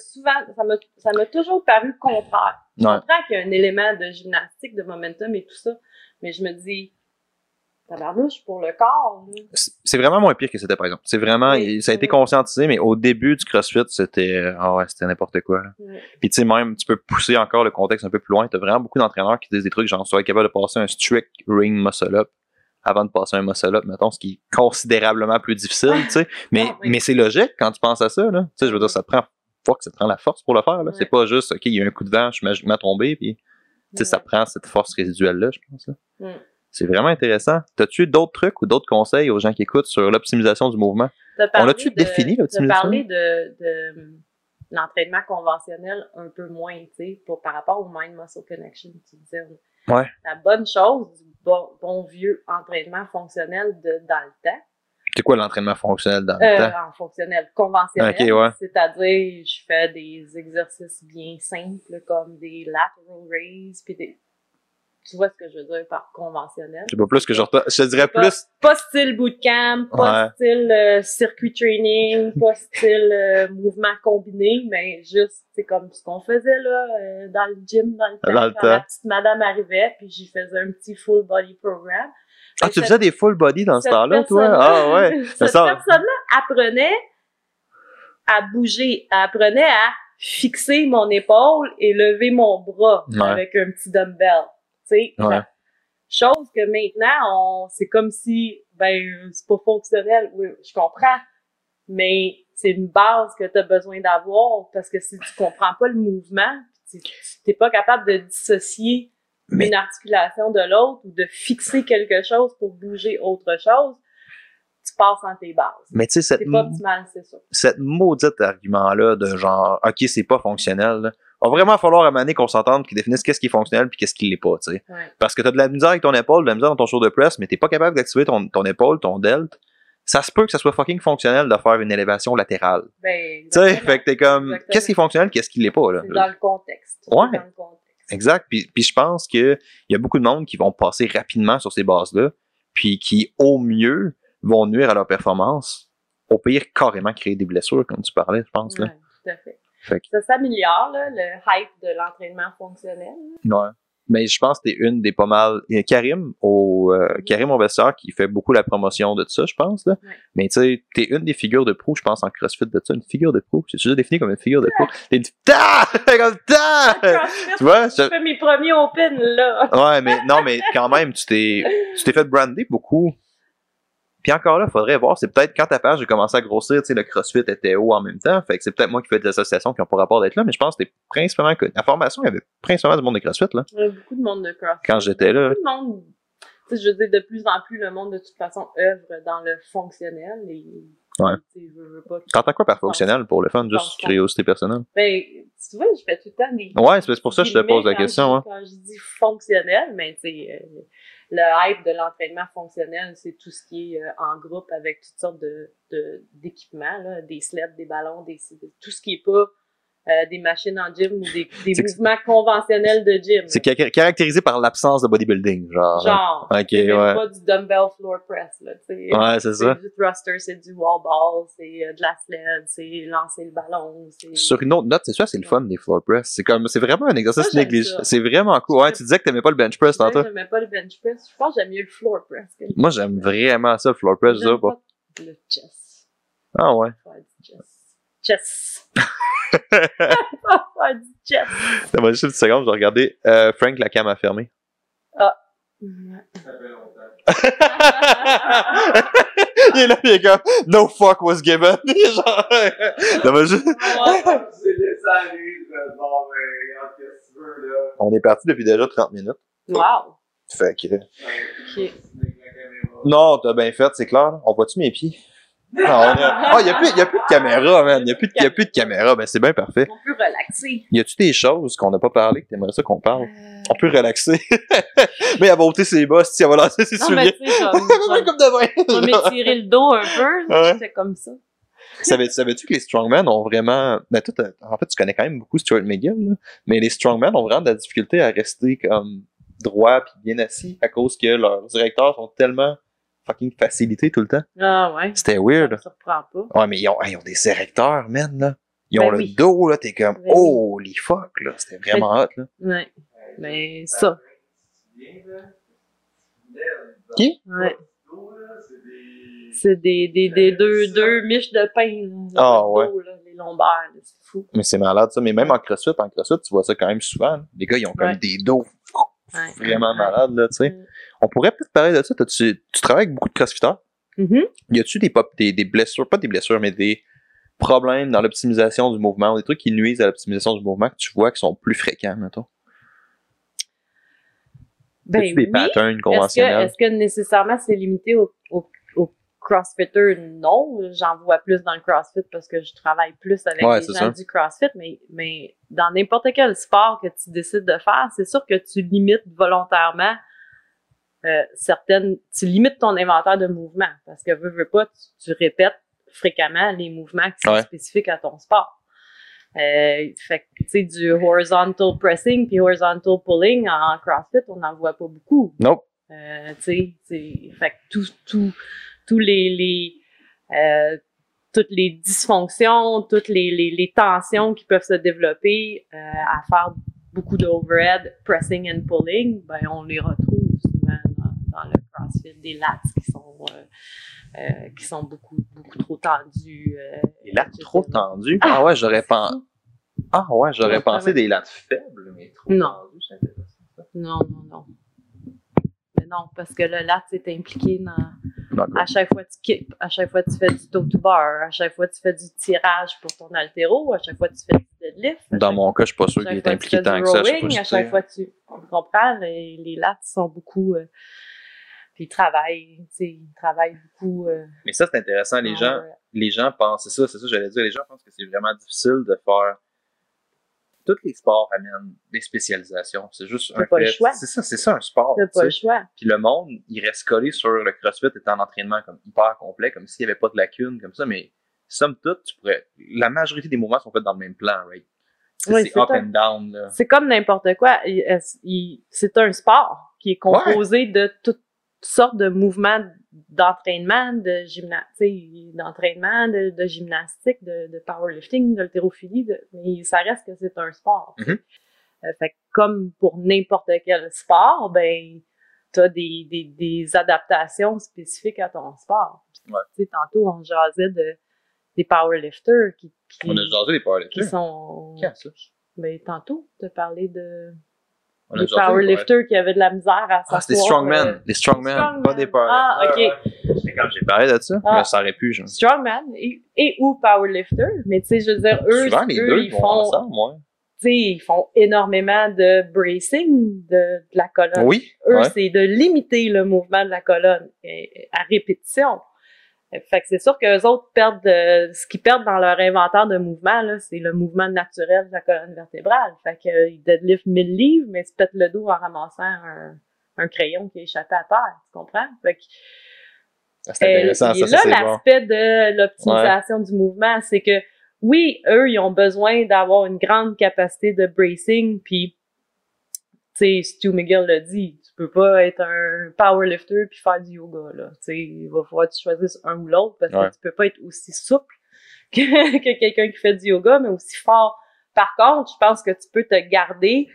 toujours paru le contraire. Je comprends qu'il y a un élément de gymnastique, de momentum et tout ça, mais je me dis, tabarnouche pour le corps. Là. C'est vraiment moins pire que c'était, par exemple. C'est vraiment, ça a été conscientisé, mais au début du CrossFit, c'était n'importe quoi. Là. Puis tu sais, même, tu peux pousser encore le contexte un peu plus loin. T'as vraiment beaucoup d'entraîneurs qui disent des trucs genre, sois capable de passer un strict ring muscle-up avant de passer un muscle-up, mettons, ce qui est considérablement plus difficile, tu sais. Mais c'est logique quand tu penses à ça, là. Tu sais, je veux dire, ça te prend la force pour le faire, là. C'est pas juste, OK, il y a un coup de vent, je suis magiquement tombé, puis, tu sais, ça prend cette force résiduelle-là, je pense, là. C'est vraiment intéressant. T'as-tu d'autres trucs ou d'autres conseils aux gens qui écoutent sur l'optimisation du mouvement? On a-tu défini l'optimisation? Tu as parlé de l'entraînement conventionnel un peu moins, tu sais, par rapport au mind-muscle connection, tu disais. La bonne chose du bon vieux entraînement fonctionnel dans le temps. C'est quoi l'entraînement fonctionnel dans le temps? En fonctionnel conventionnel, c'est-à-dire je fais des exercices bien simples comme des lateral raises, puis tu vois ce que je veux dire par conventionnel? C'est pas plus que je te dirais plus... Pas style bootcamp, pas style circuit training, pas style mouvement combiné, mais juste, c'est comme ce qu'on faisait là dans le gym, dans le temps, quand la petite madame arrivait, puis j'y faisais un petit full body programme. Ah, tu faisais des full body dans ce temps-là, toi? Ah ouais! Cette personne-là apprenait à bouger, apprenait à fixer mon épaule et lever mon bras avec un petit dumbbell. Tu sais, chose que maintenant, c'est comme si, c'est pas fonctionnel. Oui, je comprends, mais c'est une base que tu as besoin d'avoir parce que si tu comprends pas le mouvement, tu n'es pas capable de dissocier une articulation de l'autre ou de fixer quelque chose pour bouger autre chose, tu passes en tes bases. Mais tu sais, C'est pas optimal, c'est ça. cette maudite argument-là de genre, OK, c'est pas fonctionnel, là, va vraiment falloir à un moment donné qu'on s'entende qui définisse qu'est-ce qui est fonctionnel puis qu'est-ce qui l'est pas, tu sais. Ouais. Parce que t'as de la misère avec ton épaule, de la misère dans ton shoulder press, mais t'es pas capable d'activer ton épaule, ton delt. Ça se peut que ça soit fucking fonctionnel de faire une élévation latérale. Ben, Tu sais, fait que t'es comme, Exactement. qu'est-ce qui est fonctionnel, qu'est-ce qui l'est pas, là? C'est dans le contexte. Ouais. C'est dans le contexte. Exact. Puis je pense qu'il y a beaucoup de monde qui vont passer rapidement sur ces bases-là, puis qui, au mieux, vont nuire à leur performance. Au pire, carrément créer des blessures, comme tu parlais, je pense. Là. Ouais, tout à fait. Fait que, Ça s'améliore, là, le hype de l'entraînement fonctionnel. ouais. Mais je pense que t'es une des pas mal. Il y a Karim au vestiaire qui fait beaucoup la promotion de ça, je pense. Là. Ouais. Mais tu sais, t'es une des figures de proue, je pense, en CrossFit de ça. Une figure de proue. C'est déjà défini comme une figure de proue. T'es une. Ta! Comme ta! CrossFit, Tu vois? je fais mes premiers open, là. Ouais, mais non, mais quand même, tu t'es fait brander beaucoup. Puis encore là, faudrait voir, c'est peut-être quand ta page a commencé à grossir, tu sais, le CrossFit était haut en même temps, fait que c'est peut-être moi qui fais des associations qui ont pas rapport d'être là, mais je pense que c'était principalement que la formation, il y avait principalement du monde de CrossFit, là, Il y a beaucoup de monde de CrossFit. quand j'étais là. Beaucoup de monde, tu sais, je veux dire, de plus en plus, le monde, de toute façon, œuvre dans le fonctionnel. Et, Ouais. tu sais, veux pas. T'entends quoi par fonctionnel pour le fun, juste curiosité personnelle? Ben, tu vois, je fais tout le temps des. Ouais, c'est pour ça que je te pose la question, Quand je dis fonctionnel, mais tu sais, le hype de l'entraînement fonctionnel, c'est tout ce qui est en groupe avec toutes sortes d'équipements, là, des sleds, des ballons, tout ce qui est pas des machines en gym ou des mouvements conventionnels de gym. C'est caractérisé par l'absence de bodybuilding, genre. Genre, Ok, c'est même ouais. pas du dumbbell floor press, là, tu sais. Ouais, c'est ça. C'est du thruster, c'est du wall ball, c'est de la sled, c'est lancer le ballon, c'est... Sur une autre note, c'est ça, c'est le fun des floor press. C'est vraiment un exercice Moi, j'aime négligé. ça. C'est vraiment cool. Ouais, tu disais que t'aimais pas le bench press Moi, tantôt. j'aimais pas le bench press. Je pense que j'aime mieux le floor press. Que le Moi, j'aime vraiment ça, le floor press, J'aime ça, pas. pas le chest. Ah ouais. Faire du chest. Chest. Faire du chest. Ça m'a juste une seconde, je vais regarder. Frank, la cam a fermé. Ah. Ça fait longtemps. Il est là, il est comme, no fuck was given. Genre, ça m'a juste... C'est laissé aller, bon, ben, regarde, qu'est-ce que tu veux, là. On est parti depuis déjà 30 minutes. Wow. Fait que... Ok. Non, t'as bien fait, c'est clair. On voit-tu mes pieds? Non, il y a plus de caméra, man. Il y a plus de caméra. Ben, c'est bien parfait. On peut relaxer. Y a-tu des choses qu'on n'a pas parlé que t'aimerais ça qu'on parle? On peut relaxer. Mais elle va ôter ses bas, si elle va lancer ses Non, mais souliers. tu sais, comme Comme de vrai. je vais m'étirer le dos un peu. Ouais. J'étais comme ça. Savais-tu que les strongmen ont vraiment... Ben, toi, en fait, tu connais quand même beaucoup Stuart McGill, là. Mais les strongmen ont vraiment de la difficulté à rester comme droit puis bien assis à cause que leurs directeurs sont tellement fucking facilités tout le temps. Ah ouais. C'était Ça weird. me surprend pas. Ouais, mais ils ont des érecteurs, man, là. Ils ont Ben le oui. dos, là, t'es comme, Ben oui. holy fuck, là. C'était vraiment hot, là. Ouais. Mais ça. Qui? Ouais. C'est des deux miches de pain. Là, Ah, le ouais. dos, là, les lombaires, là, c'est fou. Mais c'est malade, ça. Mais même en CrossFit, tu vois ça quand même souvent. Là. Les gars, ils ont comme Ouais. des dos Ouais. vraiment Ouais. malades, là, tu sais. Mm. On pourrait peut-être parler de ça. Tu travailles avec beaucoup de CrossFitters. Mhm. Y a-tu des blessures, pas des blessures, mais des problèmes dans l'optimisation du mouvement, ou des trucs qui nuisent à l'optimisation du mouvement que tu vois qui sont plus fréquents, mettons? Ben As-tu des oui. patterns conventionnels? Est-ce que nécessairement c'est limité aux crossfitters? Non, j'en vois plus dans le crossfit parce que je travaille plus avec Ouais, les c'est gens ça. du crossfit, mais dans n'importe quel sport que tu décides de faire, c'est sûr que tu limites volontairement tu limites ton inventaire de mouvements parce que veux pas, tu répètes fréquemment les mouvements qui sont Ouais. spécifiques à ton sport. Fait que, tu sais, du horizontal pressing puis horizontal pulling en CrossFit, on n'en voit pas beaucoup. Nope. Tu sais, fait que tous toutes les dysfonctions, toutes les tensions qui peuvent se développer à faire beaucoup d'overhead pressing and pulling, ben on les retrouve souvent dans le CrossFit, des lats qui sont beaucoup trop tendus. Les lattes etc. trop tendues? Ah ouais, j'aurais pensé. Ah ouais, j'aurais Ouais, pensé ouais. des lattes faibles, mais trop Non. tendues, c'est intéressant. Non. Mais non, parce que le lat, c'est impliqué dans... D'accord. À chaque fois tu kippes, à chaque fois tu fais du toe to bar, à chaque fois tu fais du tirage pour ton haltéro, à chaque fois tu fais du deadlift. Dans mon cas, je suis pas sûr à qu'il chaque est fois impliqué tu fais tant du que ça. rowing, à chaque fois tu comprends, les lats sont beaucoup Puis ils travaillent beaucoup. Mais ça, c'est intéressant. Les gens pensent, c'est ça, j'allais dire, les gens pensent que c'est vraiment difficile de faire. Tous les sports amènent des spécialisations. C'est juste un pas le fait. choix. C'est ça un sport. T'as pas le choix. Puis le monde, il reste collé sur le CrossFit étant un entraînement comme hyper complet, comme s'il n'y avait pas de lacunes, comme ça, mais somme toute, la majorité des mouvements sont faits dans le même plan, right? Oui, c'est up and down, là. C'est comme n'importe quoi. C'est un sport qui est composé de toutes sortes de mouvements d'entraînement, de gymnastique, de powerlifting, d'haltérophilie, mais ça reste que c'est un sport. Mm-hmm. Fait que comme pour n'importe quel sport, ben t'as des adaptations spécifiques à ton sport. Ouais. Tantôt, on jasait des powerlifters on a jasé des powerlifters. Qui sont... Quand ça? Ben, tantôt, t'as parlé de... On a des powerlifters qui avaient de la misère à s'asseoir. Ah, c'était strongman. Des strongman, pas des powerlifters. Ah, OK. C'est quand j'ai parlé de ça, mais ça aurait pu. Strongman et ou powerlifter. Mais tu sais, je veux dire, eux, souvent, les deux ils font... ensemble, ouais. Tu sais, ils font énormément de bracing de la colonne. Oui. Eux, c'est de limiter le mouvement de la colonne à répétition. Fait que c'est sûr qu'eux autres perdent ce qu'ils perdent dans leur inventaire de mouvement, là, c'est le mouvement naturel de la colonne vertébrale. Fait qu'ils deadlift 1000 livres, mais ils se pètent le dos en ramassant un crayon qui est échappé à terre. Tu comprends? Fait que, c'est intéressant, ça, c'est l'aspect de l'optimisation du mouvement, c'est que oui, eux, ils ont besoin d'avoir une grande capacité de bracing, puis tu sais, Stu McGill l'a dit, tu peux pas être un powerlifter puis faire du yoga, là. Tu sais, il va falloir que tu choisisses un ou l'autre parce que tu peux pas être aussi souple que quelqu'un qui fait du yoga, mais aussi fort. Par contre, je pense que tu peux te garder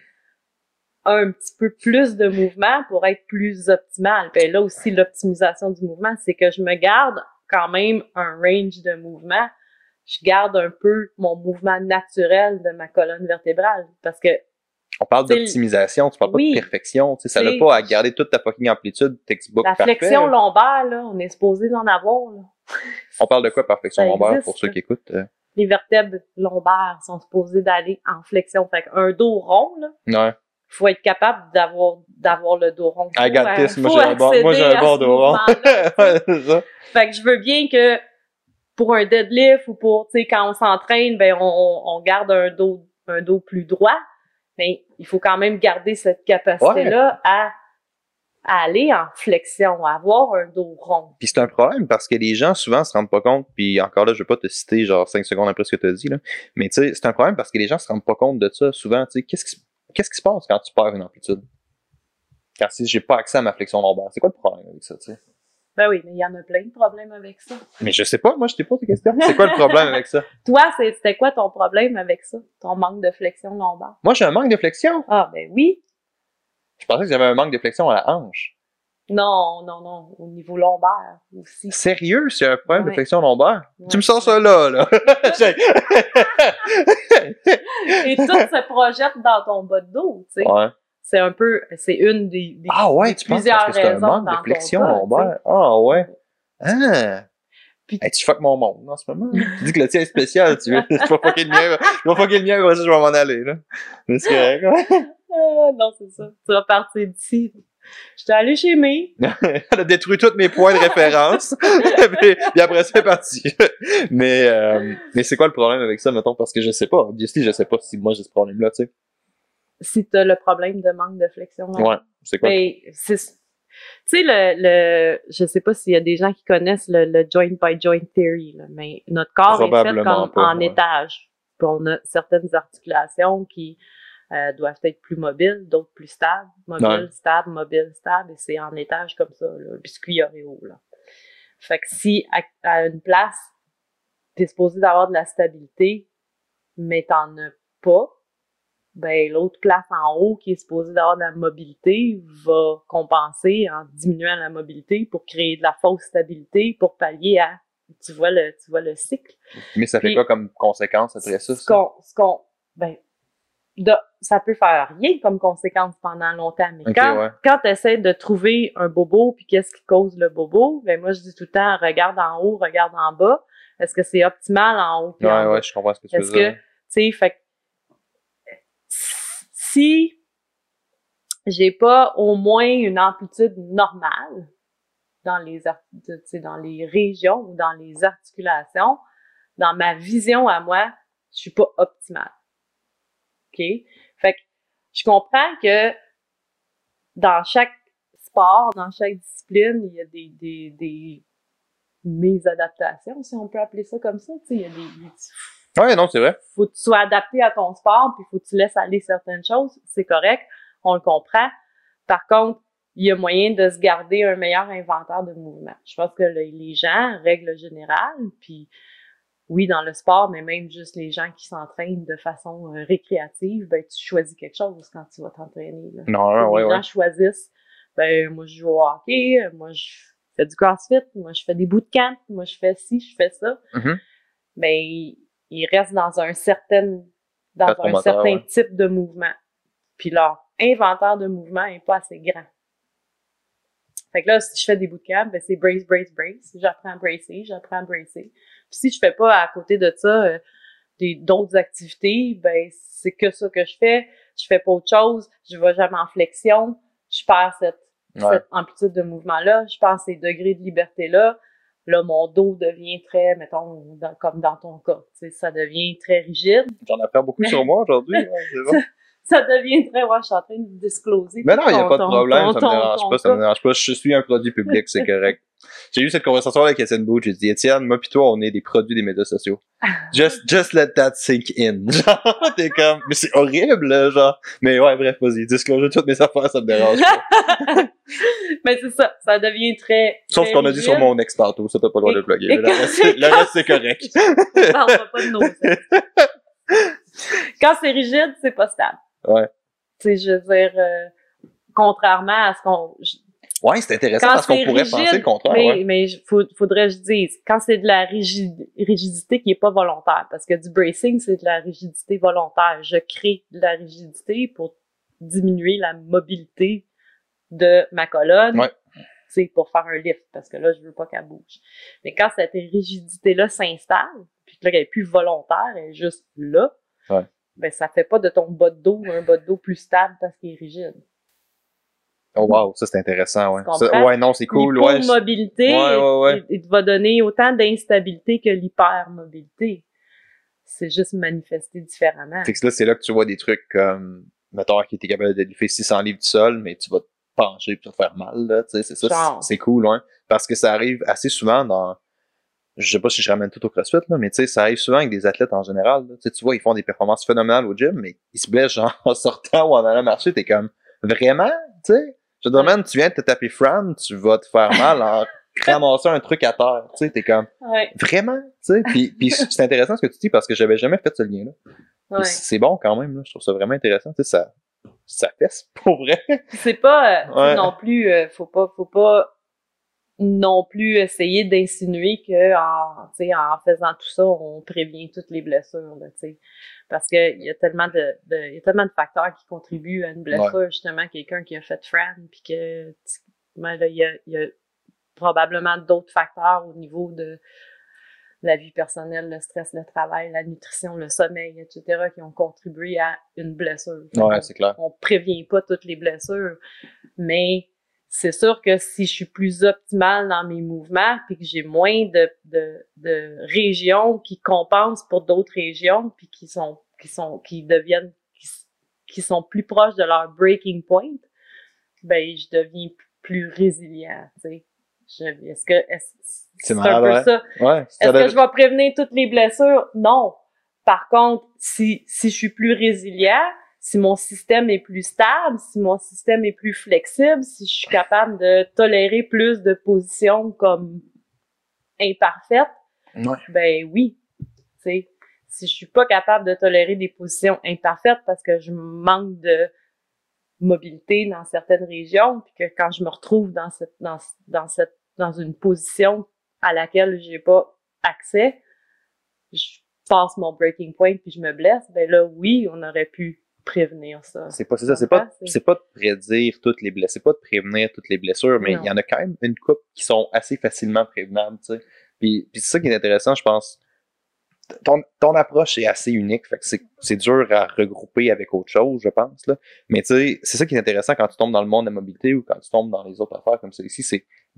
un petit peu plus de mouvement pour être plus optimal. Puis là aussi, l'optimisation du mouvement, c'est que je me garde quand même un range de mouvement. Je garde un peu mon mouvement naturel de ma colonne vertébrale parce que on parle d'optimisation, tu parles pas de perfection. Ça n'a pas à garder toute ta fucking amplitude textbook la parfait. flexion lombaire, là, on est supposé d'en avoir. Là. On parle de quoi par flexion lombaire pour ceux qui écoutent? Les vertèbres lombaires sont supposées d'aller en flexion. Fait qu'un dos rond, là, faut être capable d'avoir le dos rond. I got this. Moi, j'ai un bon dos rond. Fait que je veux bien que pour un deadlift ou pour, tu sais, quand on s'entraîne, ben, on garde un dos plus droit. Mais il faut quand même garder cette capacité-là à aller en flexion, à avoir un dos rond. Puis c'est un problème parce que les gens souvent se rendent pas compte, puis encore là, je vais pas te citer genre 5 secondes après ce que tu as dit, là, mais tu sais, c'est un problème parce que les gens se rendent pas compte de ça. Souvent, tu sais, qu'est-ce qui se passe quand tu perds une amplitude? Car si j'ai pas accès à ma flexion lombaire, c'est quoi le problème avec ça, tu sais? Ben oui, mais il y en a plein de problèmes avec ça. Mais je sais pas, moi je t'ai posé des questions. C'est quoi le problème avec ça? Toi, c'était quoi ton problème avec ça? Ton manque de flexion lombaire? Moi, j'ai un manque de flexion? Ah, ben oui. Je pensais que j'avais un manque de flexion à la hanche. Non, au niveau lombaire aussi. Sérieux, c'est un problème de flexion lombaire? Ouais. Tu me sors ça là. Et tout se projette dans ton bas de dos, tu sais. Ouais. C'est une des ah ouais, tu penses parce que c'est un manque de flexion lombaire? Ah ouais. Ah. Puis, hey, tu fuck mon monde en ce moment. Tu dis que le tien est spécial, tu veux. Je vais fucker le mien, voici, je vais m'en aller, là. Mais c'est correct, non, c'est ça. Tu vas partir d'ici. J'étais allé chez May. Elle a détruit tous mes points de référence. puis après, c'est parti. Mais c'est quoi le problème avec ça, mettons? Parce que je sais pas. Obviously, je sais pas si moi j'ai ce problème-là, tu sais. Si t'as le problème de manque de flexion. Ouais, c'est quoi? Ben, tu sais, je sais pas s'il y a des gens qui connaissent le joint by joint theory, là, mais notre corps est fait comme en étage. Puis on a certaines articulations qui doivent être plus mobiles, d'autres plus stables. Mobile, stable, et c'est en étage comme ça, là, biscuit Oreo, là. Fait que si à une place, t'es supposé d'avoir de la stabilité, mais t'en as pas, ben l'autre place en haut qui est supposée d'avoir de la mobilité va compenser en diminuant la mobilité pour créer de la fausse stabilité pour pallier à tu vois le cycle. Mais ça fait quoi comme conséquence après ça? Ça peut faire rien comme conséquence pendant longtemps, mais quand tu essaies de trouver un bobo puis qu'est-ce qui cause le bobo, ben moi je dis tout le temps regarde en haut, regarde en bas. Est-ce que c'est optimal en haut? Ouais, je comprends ce que tu veux dire. Tu sais, fait si j'ai pas au moins une amplitude normale, dans les régions ou dans les articulations, dans ma vision à moi, je suis pas optimale. OK? Fait que je comprends que dans chaque sport, dans chaque discipline, il y a des mésadaptations, si on peut appeler ça comme ça. Tu sais, il y a des Ouais, non, c'est vrai. faut que tu sois adapté à ton sport, puis faut que tu laisses aller certaines choses. C'est correct, on le comprend. Par contre, il y a moyen de se garder un meilleur inventaire de mouvement. Je pense que les gens, règle générale, puis oui, dans le sport, mais même juste les gens qui s'entraînent de façon récréative, ben tu choisis quelque chose quand tu vas t'entraîner. Là. Non, ouais, les gens choisissent, ben moi je joue au hockey, moi je fais du crossfit, moi je fais des bootcamps, moi je fais ci, je fais ça. Mm-hmm. Ben ils restent dans un certain type de mouvement. Puis leur inventaire de mouvement est pas assez grand. Fait que là, si je fais des bootcamps, ben c'est brace, brace, brace. J'apprends à bracer. Puis si je fais pas à côté de ça d'autres activités, ben c'est que ça que je fais. Je fais pas autre chose. Je vais jamais en flexion. Je perds cette amplitude de mouvement-là. Je perds ces degrés de liberté-là. Là, mon dos devient très, mettons, comme dans ton cas, tu sais, ça devient très rigide. J'en apprends beaucoup sur moi aujourd'hui. C'est bon. Ça devient très... Ouais, je suis en train de discloser. Mais non, il n'y a pas de problème, ça me dérange pas. Je suis un produit public, c'est correct. J'ai eu cette conversation avec Étienne Bouch, j'ai dit, Étienne, moi pis toi, on est des produits des médias sociaux. Just let that sink in. Genre, t'es comme, mais c'est horrible, là, genre. Mais ouais, bref, vas-y, disclose toutes mes affaires, ça me dérange pas. Mais c'est ça, ça devient très... Sauf ce qu'on a dit sur mon ex tantôt, ça t'as pas le droit de le plugger. Le reste, c'est correct. On parlera pas de nos ex. Quand c'est rigide, c'est pas stable. Ouais. Tu sais, je veux dire, contrairement à ce qu'on... Ouais, c'est intéressant parce qu'on pourrait penser le contraire. Mais faudrait que je dise, quand c'est de la rigidité qui est pas volontaire, parce que du bracing, c'est de la rigidité volontaire. Je crée de la rigidité pour diminuer la mobilité de ma colonne, c'est pour faire un lift, parce que là, je veux pas qu'elle bouge. Mais quand cette rigidité-là s'installe, puis que là, elle est plus volontaire, elle est juste là, ben ça fait pas de ton bas de dos un bas de dos plus stable parce qu'il est rigide. Oh wow, ça c'est intéressant, ouais. Non, c'est cool, l'hypermobilité, il va donner autant d'instabilité que l'hypermobilité. C'est juste manifesté différemment. Fait que là, c'est là que tu vois des trucs comme, mettons, qui était capable de délifer 600 livres du sol, mais tu vas te pencher pour te faire mal, là, tu sais, c'est ça, c'est cool, ouais. Parce que ça arrive assez souvent dans, je sais pas si je ramène tout au CrossFit, là, mais tu sais, ça arrive souvent avec des athlètes en général, là. Tu vois, ils font des performances phénoménales au gym, mais ils se blessent, genre, en sortant ou en allant marcher, t'es comme, vraiment, tu sais? Je te demande, tu viens de te taper Fran, tu vas te faire mal en ramasser un truc à terre, tu sais, t'es comme, vraiment, tu sais? Puis c'est intéressant ce que tu dis parce que j'avais jamais fait ce lien-là. C'est bon quand même, là. Je trouve ça vraiment intéressant, tu sais, ça fesse, pour vrai. C'est pas, non plus, faut pas non plus essayer d'insinuer que en faisant tout ça, on prévient toutes les blessures, là, tu sais. Parce que il y a tellement de facteurs qui contribuent à une blessure, justement, quelqu'un qui a fait Fran, puis que il y a probablement d'autres facteurs au niveau de la vie personnelle, le stress, le travail, la nutrition, le sommeil, etc., qui ont contribué à une blessure. C'est clair. On prévient pas toutes les blessures, mais c'est sûr que si je suis plus optimale dans mes mouvements, puis que j'ai moins de régions qui compensent pour d'autres régions, puis qui sont plus proches de leur breaking point, ben je deviens plus résilient, tu sais. C'est un peu ça. Est-ce que je vais prévenir toutes les blessures? Non. Par contre, si je suis plus résilient, si mon système est plus stable, si mon système est plus flexible, si je suis capable de tolérer plus de positions comme imparfaites, ben oui. Tu sais, si je suis pas capable de tolérer des positions imparfaites parce que je manque de mobilité dans certaines régions, puis que quand je me retrouve dans une position à laquelle j'ai pas accès, je passe mon breaking point puis je me blesse, ben là oui, on aurait pu prévenir ça. C'est pas de prédire toutes les blessures, c'est pas de prévenir toutes les blessures, mais il y en a quand même une couple qui sont assez facilement prévenables, tu sais. Puis c'est ça qui est intéressant, je pense. Ton approche est assez unique, fait que c'est dur à regrouper avec autre chose, je pense, là. Mais tu sais, c'est ça qui est intéressant quand tu tombes dans le monde de la mobilité ou quand tu tombes dans les autres affaires comme ça ici, c'est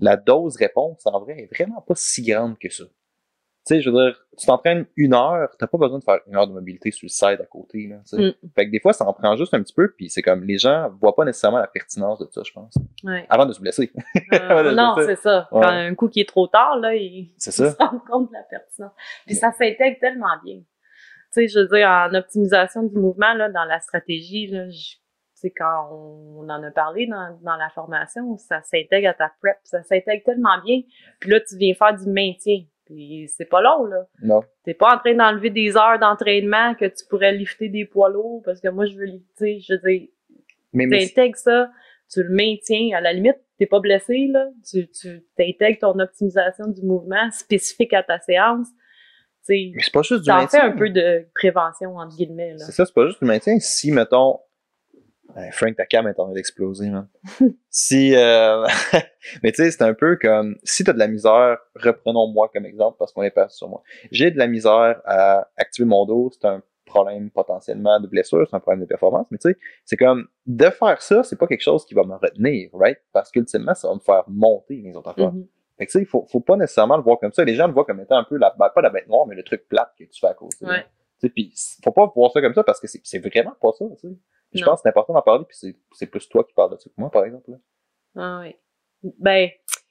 la dose réponse, en vrai, est vraiment pas si grande que ça. Tu sais, je veux dire, tu t'entraînes 1 heure, t'as pas besoin de faire 1 heure de mobilité sur le side à côté, là, tu sais. Fait que des fois, ça en prend juste un petit peu, puis c'est comme, les gens voient pas nécessairement la pertinence de ça, je pense. Ouais. Avant de se blesser. Non, c'est ça. Ouais. Quand un coup qui est trop tard, là, ils C'est se ça. rendent compte de la pertinence. Puis ça s'intègre tellement bien. Tu sais, je veux dire, en optimisation du mouvement, là, dans la stratégie, là, tu sais, quand on en a parlé dans la formation, ça s'intègre à ta prep, ça s'intègre tellement bien. Puis là, tu viens faire du maintien. Puis c'est pas long, là. Non. T'es pas en train d'enlever des heures d'entraînement que tu pourrais lifter des poids lourds parce que moi, je veux lifter. Je veux dire, Mais t'intègres ça, tu le maintiens. À la limite, t'es pas blessé, là. Tu t'intègres ton optimisation du mouvement spécifique à ta séance. T'sais, c'est pas juste du ça en maintien. fait un peu de prévention, entre guillemets, là. C'est ça, c'est pas juste du maintien. Si, mettons, Frank, ta cam est en train d'exploser, man. Si, mais tu sais, c'est un peu comme, si t'as de la misère, reprenons moi comme exemple, parce qu'on est passé sur moi. J'ai de la misère à activer mon dos, c'est un problème potentiellement de blessure, c'est un problème de performance, mais tu sais, c'est comme, de faire ça, c'est pas quelque chose qui va me retenir, right? Parce qu'ultimement, ça va me faire monter mes autres affaires. Fait que tu sais, faut pas nécessairement le voir comme ça. Les gens le voient comme étant un peu pas la bête noire, mais le truc plate que tu fais à cause. Ouais. Tu sais, pis faut pas voir ça comme ça parce que c'est vraiment pas ça, tu sais. Je pense que c'est important d'en parler, puis c'est plus toi qui parles de ça que moi, par exemple. Là. Ah oui. Ben,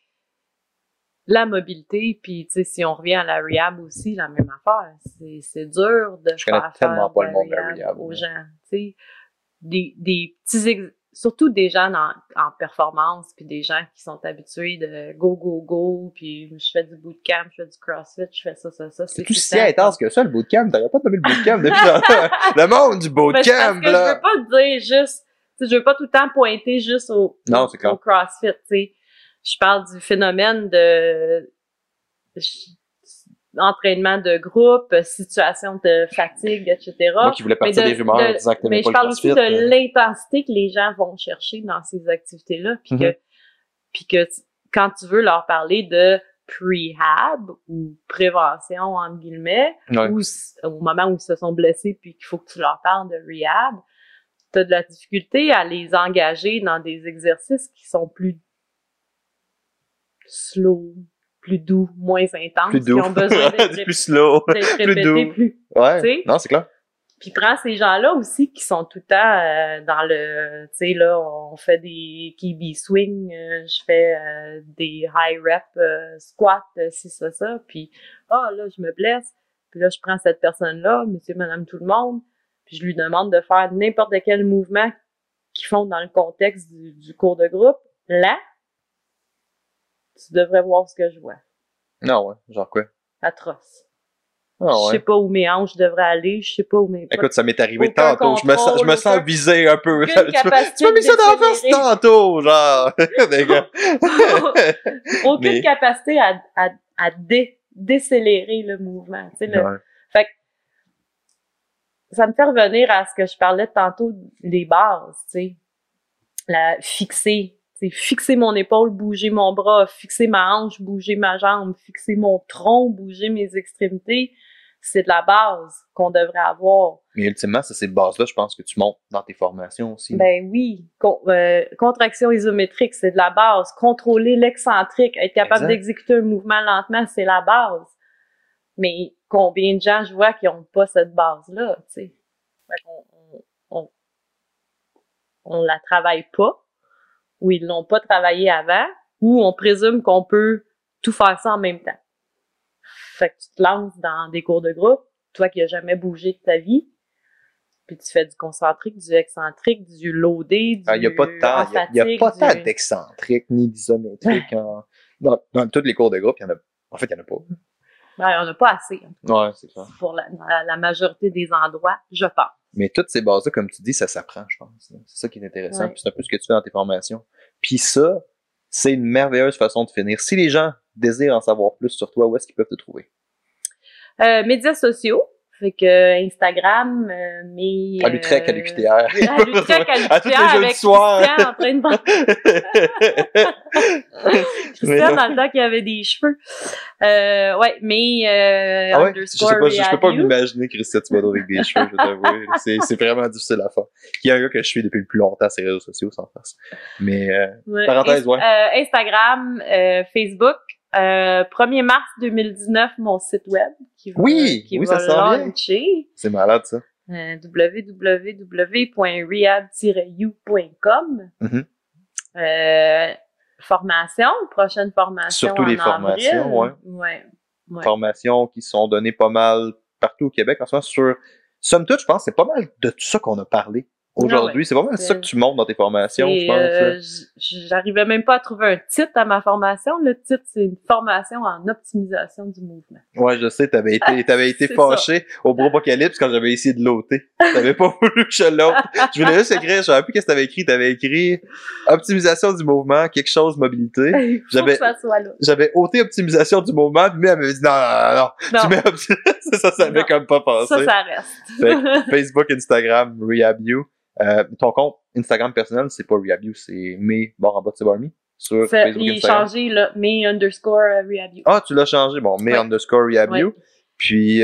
la mobilité, puis tu sais, si on revient à la rehab aussi, la même affaire. C'est dur de faire tellement pas le monde de la de la rehab, aux gens. Tu sais, des petits surtout des gens en performance, puis des gens qui sont habitués de go, puis je fais du bootcamp, je fais du crossfit, je fais ça. C'est tout si intense que ça, le bootcamp. T'aurais pas nommé le bootcamp depuis le monde du bootcamp, là. Je veux pas dire juste, tu sais, je veux pas tout le temps pointer juste au CrossFit, tu sais. Je parle du phénomène de entraînement de groupe, situation de fatigue, etc. Moi qui voulais partir des rumeurs disant que t'aimais pas le CrossFit. Mais je parle aussi de l'intensité que les gens vont chercher dans ces activités-là, puis que quand tu veux leur parler de prehab ou prévention, entre guillemets, ou au moment où ils se sont blessés puis qu'il faut que tu leur parles de rehab, t'as de la difficulté à les engager dans des exercices qui sont plus slow, plus doux, moins intenses, qui ont besoin d'être plus slow, répétés, plus ouais, non, c'est clair. Puis prends ces gens-là aussi qui sont tout le temps dans le, tu sais, là, on fait des kibi swing, je fais des high rep squats, si ça, puis là, je me blesse, puis là, je prends cette personne-là, monsieur, madame, tout le monde, puis je lui demande de faire n'importe quel mouvement qu'ils font dans le contexte du cours de groupe. Là, tu devrais voir ce que je vois. Non, ouais, genre quoi? Atroce. Je sais pas où mes hanches devraient aller, je sais pas où mes... Écoute, ça m'est arrivé tantôt, je me sens visé un peu. Tu m'as mis ça dans la face tantôt, genre! Aucune capacité à décélérer le mouvement, tu sais. Fait que ça me fait revenir à ce que je parlais tantôt des bases, tu sais. Fixer mon épaule, bouger mon bras, fixer ma hanche, bouger ma jambe, fixer mon tronc, bouger mes extrémités, c'est de la base qu'on devrait avoir. Mais ultimement, c'est ces bases-là, je pense que tu montes dans tes formations aussi. Ben oui. Contraction isométrique, c'est de la base. Contrôler l'excentrique, être capable d'exécuter un mouvement lentement, c'est la base. Mais combien de gens je vois qui n'ont pas cette base-là, tu sais? On la travaille pas, ou ils l'ont pas travaillé avant, ou on présume qu'on peut tout faire ça en même temps. Fait que tu te lances dans des cours de groupe, toi qui n'as jamais bougé de ta vie, puis tu fais du concentrique, du excentrique, du loadé, du il n'y a pas de temps, il y a pas tant d'excentrique ni d'isométrique dans tous les cours de groupe, il y en a pas. Ben, il n'y en a pas assez. Ouais, c'est ça. Pour la majorité des endroits, je pense. Mais toutes ces bases-là, comme tu dis, ça s'apprend, je pense. C'est ça qui est intéressant. Puis c'est un peu ce que tu fais dans tes formations. Puis ça, c'est une merveilleuse façon de finir. Si les gens désirent en savoir plus sur toi, où est-ce qu'ils peuvent te trouver? Médias sociaux, Fait que Instagram, mais... À l'Utrecht, à l'UQTR. À l'Utrecht, à À tous les l'UQTR, jeudis avec soirs. Christian en train de vendre. Christian, dans le temps qu'il avait des cheveux. Ouais, mais Ah ouais? underscore Je peux pas Rehab You. m'imaginer Christian Thibodeau avec des cheveux, je vais t'avouer. C'est vraiment difficile à faire. Il y a un gars que je suis depuis le plus longtemps sur les réseaux sociaux, sans farce. Mais, Ouais. parenthèse, ouais. Instagram, Facebook. 1er mars 2019, mon site web qui va, Oui, qui oui, va ça s'en vient. launcher. C'est malade, ça. www.rehab-you.com. Mhm. Formation, prochaine formation Surtout les en formations, avril. Ouais. Formations qui sont données pas mal partout au Québec. En ce moment, somme toute, je pense que c'est pas mal de tout ça qu'on a parlé aujourd'hui. Ah ouais. C'est pas mal ça que tu montres dans tes formations, je pense. J'arrivais même pas à trouver un titre à ma formation. Le titre, c'est une formation en optimisation du mouvement. Ouais, je sais, t'avais été C'est fâché au Bropocalypse quand j'avais essayé de l'ôter. T'avais pas voulu que je l'ôte. Je voulais juste écrire, je savais plus qu'est-ce que t'avais écrit. T'avais écrit optimisation du mouvement, quelque chose mobilité. Il faut que ça soit là. J'avais ôté optimisation du mouvement, puis elle m'avait dit non. Non. Tu mets ça m'avait Non. comme pas passé. Ça reste. Fait que Facebook, Instagram, Rehab You. Ton compte Instagram personnel, c'est pas Rehab You, c'est me_Barmy sur Facebook, Il est Instagram. changé, là. me_Rehab You. Ah, tu l'as changé. Bon, me_Rehab You. Puis,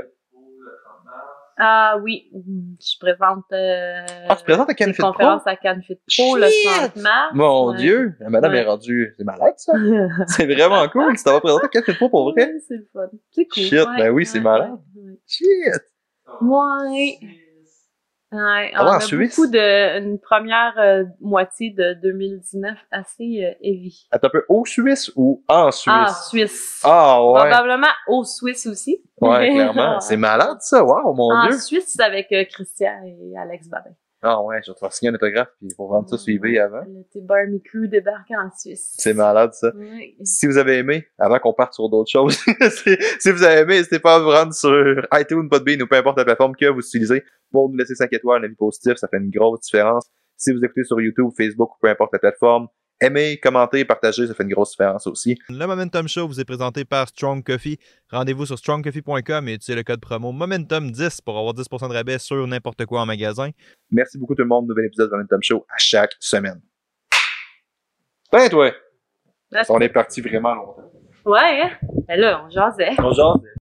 Ah oui, je présente tu présentes à une CanFit Pro? conférence à CanFit Pro le 30 mars. Mon Ouais. Dieu, la madame Ouais. est rendue. C'est malade, ça. C'est vraiment cool. Tu t'en vas présenter à CanFit Pro pour vrai? Ouais, c'est le fun. C'est cool. Shit, ben oui, c'est malade. Ouais. Shit. Ouais. Ouais, Ah ouais, on en a Suisse? beaucoup une première moitié de 2019 assez heavy. Attends un peu, au Suisse ou en Suisse? Ah, Suisse. Ah, ouais. Probablement au Suisse aussi. Ouais, clairement. C'est malade, ça. Wow, mon En Dieu. Suisse, c'est avec Christian et Alex Babin. Ah ouais, je vais te faire signer un autographe puis pour vendre ça sur eBay avant. Le T-Barmy Crew débarque en Suisse. C'est malade, ça. Oui. Si vous avez aimé, avant qu'on parte sur d'autres choses, si vous avez aimé, n'hésitez pas à vous rendre sur iTunes, Podbean ou peu importe la plateforme que vous utilisez pour nous laisser 5 étoiles, un avis positif, ça fait une grosse différence. Si vous écoutez sur YouTube, Facebook ou peu importe la plateforme, aimez, commentez, partagez, ça fait une grosse différence aussi. Le Momentum Show vous est présenté par Strong Coffee. Rendez-vous sur strongcoffee.com et utilisez le code promo Momentum10 pour avoir 10% de rabais sur n'importe quoi en magasin. Merci beaucoup tout le monde. Nouvel épisode de Momentum Show à chaque semaine. Ben toi, on est parti vraiment longtemps. Ouais, hein? Ben là, on jasait. Bonjour.